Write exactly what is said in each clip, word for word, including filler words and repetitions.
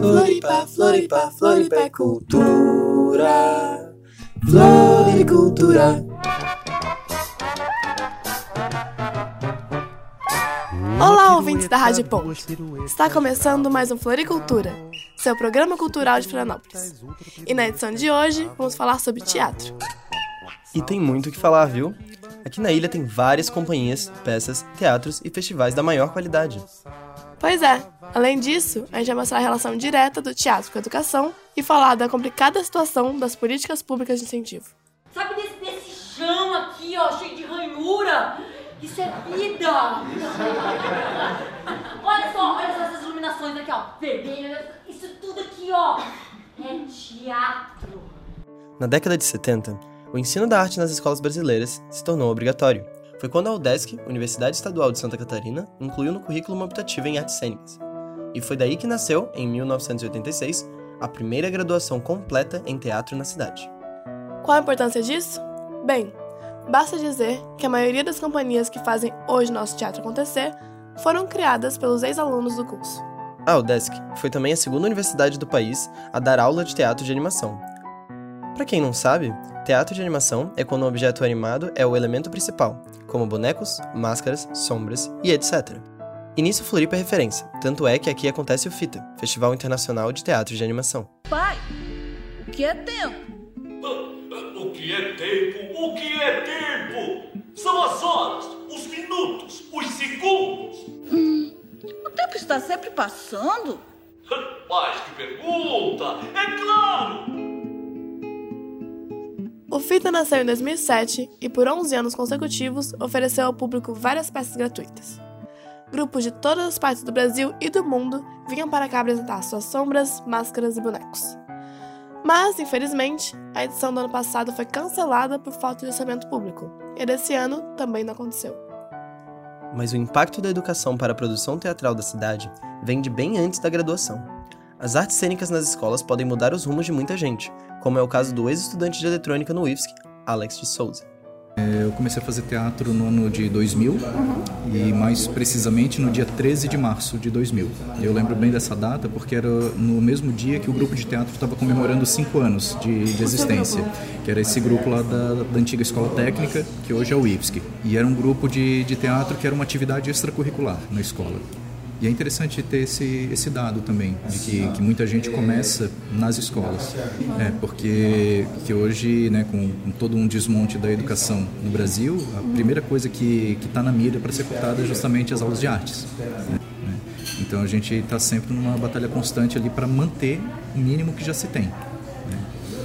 Floripa, Floripa, Floripa é cultura. Floricultura. Olá, ouvintes da Rádio Ponto. Está começando mais um Floricultura, seu programa cultural de Florianópolis. E na edição de hoje, vamos falar sobre teatro. E tem muito o que falar, viu? Aqui na ilha tem várias companhias, peças, teatros e festivais da maior qualidade. Pois é, além disso, a gente vai mostrar a relação direta do teatro com a educação e falar da complicada situação das políticas públicas de incentivo. Sabe desse, desse chão aqui, ó, cheio de ranhura? Isso é vida! Olha só, olha só essas iluminações aqui, ó, vermelha, isso tudo aqui, ó, é teatro. Na década de setenta, o ensino da arte nas escolas brasileiras se tornou obrigatório. Foi quando a UDESC, Universidade Estadual de Santa Catarina, incluiu no currículo uma optativa em artes cênicas. E foi daí que nasceu, em mil novecentos e oitenta e seis, a primeira graduação completa em teatro na cidade. Qual a importância disso? Bem, basta dizer que a maioria das companhias que fazem hoje nosso teatro acontecer foram criadas pelos ex-alunos do curso. A UDESC foi também a segunda universidade do país a dar aula de teatro de animação. Para quem não sabe, teatro de animação é quando um objeto animado é o elemento principal, como bonecos, máscaras, sombras e etcétera. E nisso Floripa é referência, tanto é que aqui acontece o FITA, Festival Internacional de Teatro de Animação. Pai, o que é tempo? O que é tempo? O que é tempo? São as horas, os minutos, os segundos. Hum, o tempo está sempre passando. Mas que pergunta! É claro! O FITA nasceu em dois mil e sete e por onze anos consecutivos ofereceu ao público várias peças gratuitas. Grupos de todas as partes do Brasil e do mundo vinham para cá apresentar suas sombras, máscaras e bonecos. Mas, infelizmente, a edição do ano passado foi cancelada por falta de orçamento público, e desse ano também não aconteceu. Mas o impacto da educação para a produção teatral da cidade vem de bem antes da graduação. As artes cênicas nas escolas podem mudar os rumos de muita gente, como é o caso do ex-estudante de eletrônica no U I F S C, Alex de Souza. Eu comecei a fazer teatro no ano de dois mil, e mais precisamente no dia treze de março de dois mil. Eu lembro bem dessa data porque era no mesmo dia que o grupo de teatro estava comemorando cinco anos de, de existência, que era esse grupo lá da, da antiga escola técnica, que hoje é o U I F S C. E era um grupo de, de teatro que era uma atividade extracurricular na escola. E é interessante ter esse, esse dado também, de que, que muita gente começa nas escolas. É, porque que hoje, né, com, com todo um desmonte da educação no Brasil, a primeira coisa que está na mira para ser cortada é justamente as aulas de artes. Né? Então a gente está sempre numa batalha constante ali para manter o mínimo que já se tem. Né?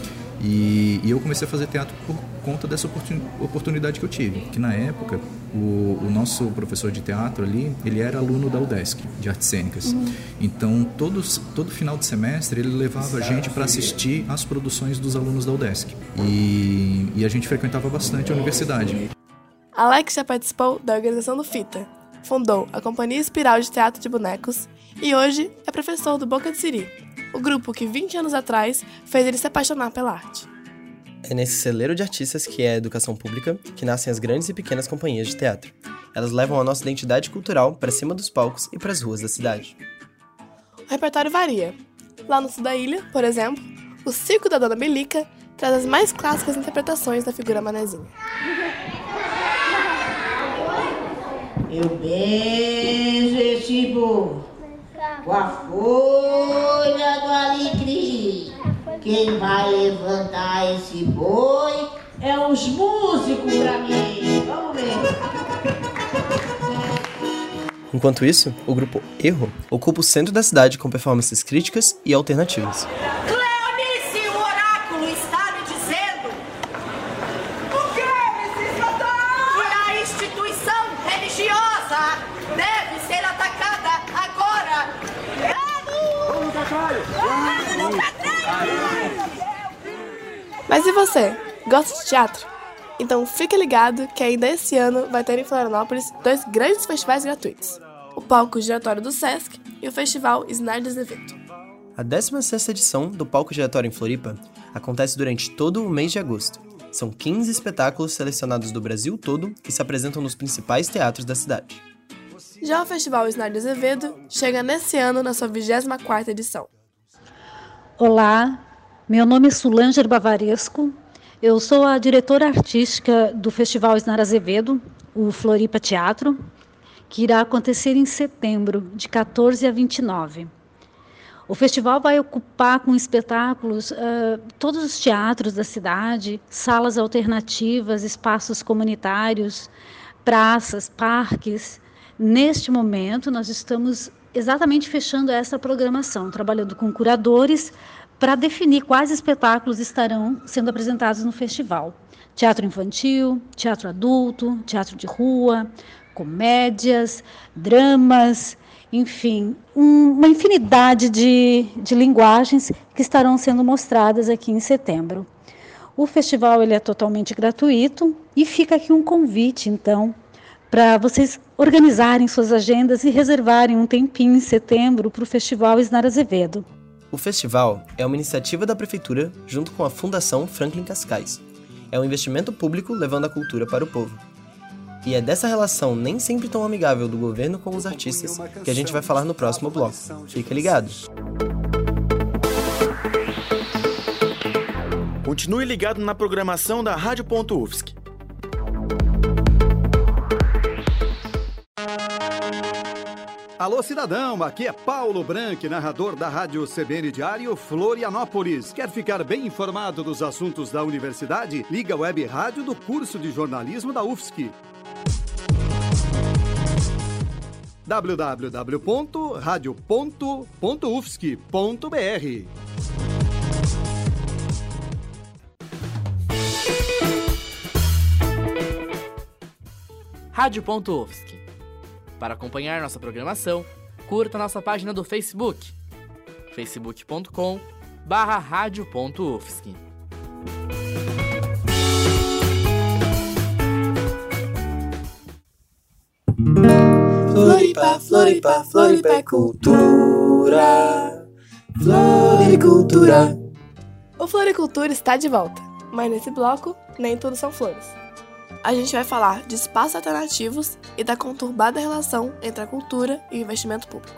E, e eu comecei a fazer teatro por conta dessa oportunidade que eu tive, que na época o, o nosso professor de teatro ali, ele era aluno da UDESC, de artes cênicas. Uhum. Então todos, todo final de semestre ele levava a gente para assistir às produções dos alunos da UDESC e, e a gente frequentava bastante a universidade. Alex já participou da organização do FITA, fundou a Companhia Espiral de Teatro de Bonecos e hoje é professor do Boca de Siri, o grupo que vinte anos atrás fez ele se apaixonar pela arte. É nesse celeiro de artistas que é a educação pública que nascem as grandes e pequenas companhias de teatro. Elas levam a nossa identidade cultural para cima dos palcos e para as ruas da cidade. O repertório varia. Lá no sul da ilha, por exemplo, o Circo da Dona Melica traz as mais clássicas interpretações da figura Manezinha. Eu beijo este povo com a folha do alecrim. Quem vai levantar esse boi é os músicos pra mim. Vamos ver. Enquanto isso, o grupo Erro ocupa o centro da cidade com performances críticas e alternativas. Cleonice, o oráculo está me dizendo. O que, missus Doutor? Que a instituição religiosa deve ser atacada agora. Vamos, Catraio! Vamos, Catraio! Mas e você? Gosta de teatro? Então fique ligado que ainda esse ano vai ter em Florianópolis dois grandes festivais gratuitos. O Palco Giratório do Sesc e o Festival Isnar de Azevedo. A décima sexta edição do Palco Giratório em Floripa acontece durante todo o mês de agosto. São quinze espetáculos selecionados do Brasil todo que se apresentam nos principais teatros da cidade. Já o Festival Isnar de Azevedo chega nesse ano na sua vigésima quarta edição. Olá, meu nome é Sulanger Bavaresco, eu sou a diretora artística do Festival Isnara Azevedo, o Floripa Teatro, que irá acontecer em setembro, de quatorze a vinte e nove. O festival vai ocupar com espetáculos uh, todos os teatros da cidade, salas alternativas, espaços comunitários, praças, parques. Neste momento, nós estamos exatamente fechando essa programação, trabalhando com curadores para definir quais espetáculos estarão sendo apresentados no festival. Teatro infantil, teatro adulto, teatro de rua, comédias, dramas, enfim, um, uma infinidade de, de linguagens que estarão sendo mostradas aqui em setembro. O festival ele é totalmente gratuito e fica aqui um convite, então, para vocês organizarem suas agendas e reservarem um tempinho em setembro para o Festival Isnara Azevedo. O festival é uma iniciativa da Prefeitura junto com a Fundação Franklin Cascais. É um investimento público levando a cultura para o povo. E é dessa relação nem sempre tão amigável do governo com os artistas que a gente vai falar no próximo bloco. Fica ligado! Continue ligado na programação da Rádio Ponto U F S C. Alô, cidadão, aqui é Paulo Branco, narrador da Rádio C B N Diário Florianópolis. Quer ficar bem informado dos assuntos da universidade? Liga a web rádio do curso de jornalismo da U F S C. w w w ponto radio ponto u f s c ponto b r Rádio Ponto U F S C. Para acompanhar nossa programação, curta nossa página do Facebook, facebook ponto com barra rádio ponto u f s c. Floripa, Floripa, Floripa é cultura. Floricultura. O Floricultura está de volta, mas nesse bloco nem tudo são flores. A gente vai falar de espaços alternativos e da conturbada relação entre a cultura e o investimento público.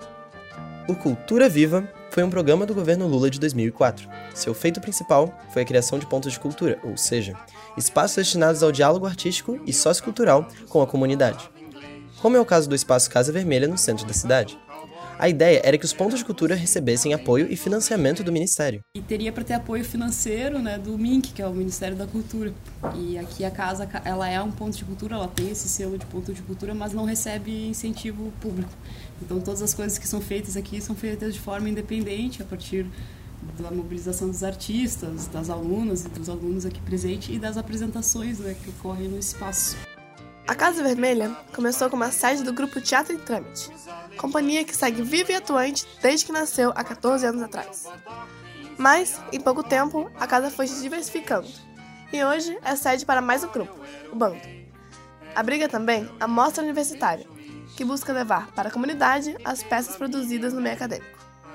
O Cultura Viva foi um programa do governo Lula de dois mil e quatro. Seu feito principal foi a criação de pontos de cultura, ou seja, espaços destinados ao diálogo artístico e sociocultural com a comunidade. Como é o caso do espaço Casa Vermelha no centro da cidade. A ideia era que os pontos de cultura recebessem apoio e financiamento do Ministério. E teria para ter apoio financeiro, né, do M I N C, que é o Ministério da Cultura. E aqui a casa ela é um ponto de cultura, ela tem esse selo de ponto de cultura, mas não recebe incentivo público. Então todas as coisas que são feitas aqui são feitas de forma independente, a partir da mobilização dos artistas, das alunas e dos alunos aqui presentes e das apresentações, né, que ocorrem no espaço. A Casa Vermelha começou como a sede do grupo Teatro em Trâmite, companhia que segue viva e atuante desde que nasceu há quatorze anos atrás. Mas, em pouco tempo, a casa foi se diversificando e hoje é sede para mais um grupo, o Bando. Abriga também a Mostra Universitária, que busca levar para a comunidade as peças produzidas no meio acadêmico.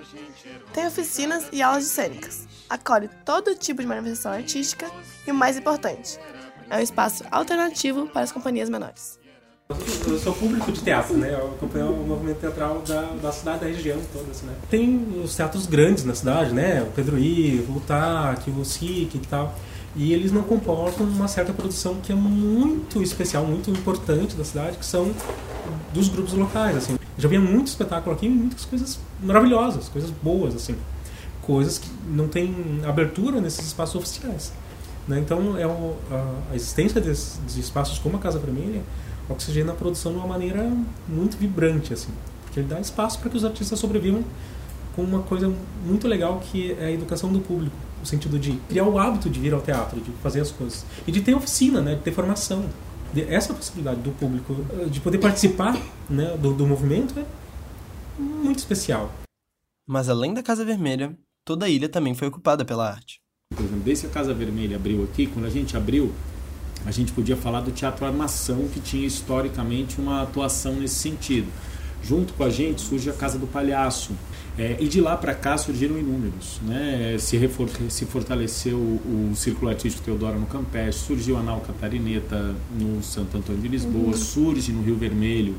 Tem oficinas e aulas de cênicas, acolhe todo tipo de manifestação artística e, o mais importante, é um espaço alternativo para as companhias menores. Eu sou público de teatro, né? Eu acompanho o movimento teatral da, da cidade, da região toda, assim, né? Tem os teatros grandes na cidade, né? O Pedro I, o Utac, o S I C e tal. E eles não comportam uma certa produção que é muito especial, muito importante da cidade, que são dos grupos locais, assim. Eu já vi muito espetáculo aqui e muitas coisas maravilhosas, coisas boas, assim. Coisas que não tem abertura nesses espaços oficiais. Então, é o, a, a existência desses, de espaços como a Casa Vermelha oxigena a produção de uma maneira muito vibrante, assim, porque ele dá espaço para que os artistas sobrevivam com uma coisa muito legal que é a educação do público, no sentido de criar o hábito de vir ao teatro, de fazer as coisas, e de ter oficina, né, de ter formação. De, essa possibilidade do público de poder participar, né, do, do movimento é muito especial. Mas além da Casa Vermelha, toda a ilha também foi ocupada pela arte. Por exemplo, desde que a Casa Vermelha abriu aqui, quando a gente abriu, a gente podia falar do Teatro Armação, que tinha historicamente uma atuação nesse sentido. Junto com a gente surge a Casa do Palhaço, é, e de lá para cá surgiram inúmeros, né? Se, refor- se fortaleceu o, o Círculo Artístico Teodoro no Campeche, surgiu a Nau Catarineta no Santo Antônio de Lisboa, uhum. surge no Rio Vermelho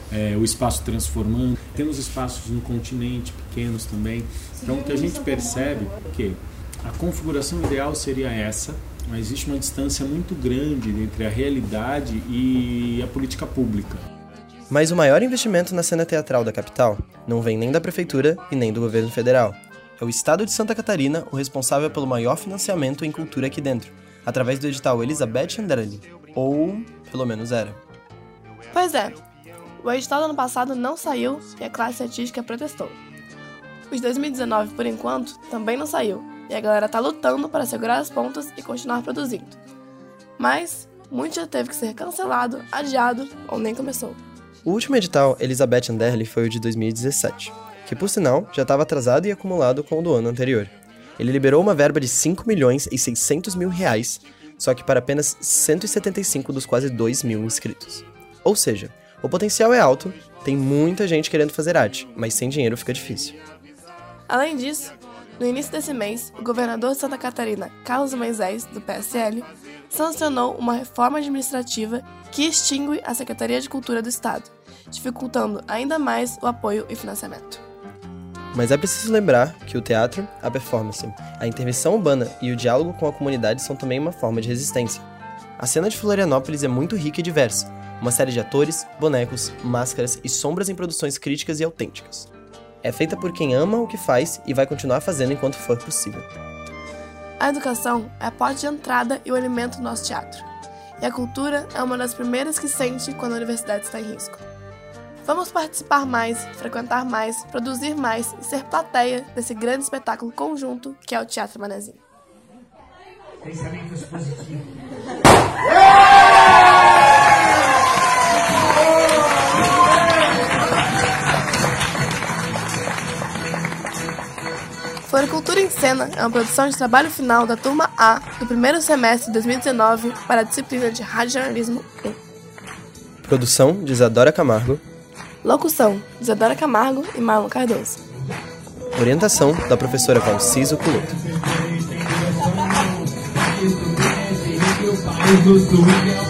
é, o espaço transformando. Temos espaços no continente, pequenos também. Então, o que a gente percebe é que a configuração ideal seria essa, mas existe uma distância muito grande entre a realidade e a política pública. Mas o maior investimento na cena teatral da capital não vem nem da prefeitura e nem do governo federal. É o estado de Santa Catarina o responsável pelo maior financiamento em cultura aqui dentro, através do edital Elizabeth Anderle, ou pelo menos era. Pois é, o edital do ano passado não saiu e a classe artística protestou. O de dois mil e dezenove, por enquanto, também não saiu, e a galera tá lutando para segurar as pontas e continuar produzindo. Mas, muito já teve que ser cancelado, adiado ou nem começou. O último edital Elizabeth Anderle foi o de dois mil e dezessete, que por sinal já estava atrasado e acumulado com o do ano anterior. Ele liberou uma verba de cinco milhões e seiscentos mil reais, só que para apenas cento e setenta e cinco dos quase dois mil inscritos. Ou seja, o potencial é alto, tem muita gente querendo fazer arte, mas sem dinheiro fica difícil. Além disso, no início desse mês, o governador de Santa Catarina, Carlos Moisés, do P S L, sancionou uma reforma administrativa que extingue a Secretaria de Cultura do Estado, dificultando ainda mais o apoio e financiamento. Mas é preciso lembrar que o teatro, a performance, a intervenção urbana e o diálogo com a comunidade são também uma forma de resistência. A cena de Florianópolis é muito rica e diversa, uma série de atores, bonecos, máscaras e sombras em produções críticas e autênticas. É feita por quem ama o que faz e vai continuar fazendo enquanto for possível. A educação é a porta de entrada e o alimento do nosso teatro. E a cultura é uma das primeiras que sente quando a universidade está em risco. Vamos participar mais, frequentar mais, produzir mais e ser plateia desse grande espetáculo conjunto que é o Teatro Manezinho. Pensamentos positivos. Floricultura em Cena é uma produção de trabalho final da turma A do primeiro semestre de dois mil e dezenove para a disciplina de Radiojornalismo um. Produção de Isadora Camargo. Locução de Isadora Camargo e Marlon Cardoso. Orientação da professora Valciso Culoto. Do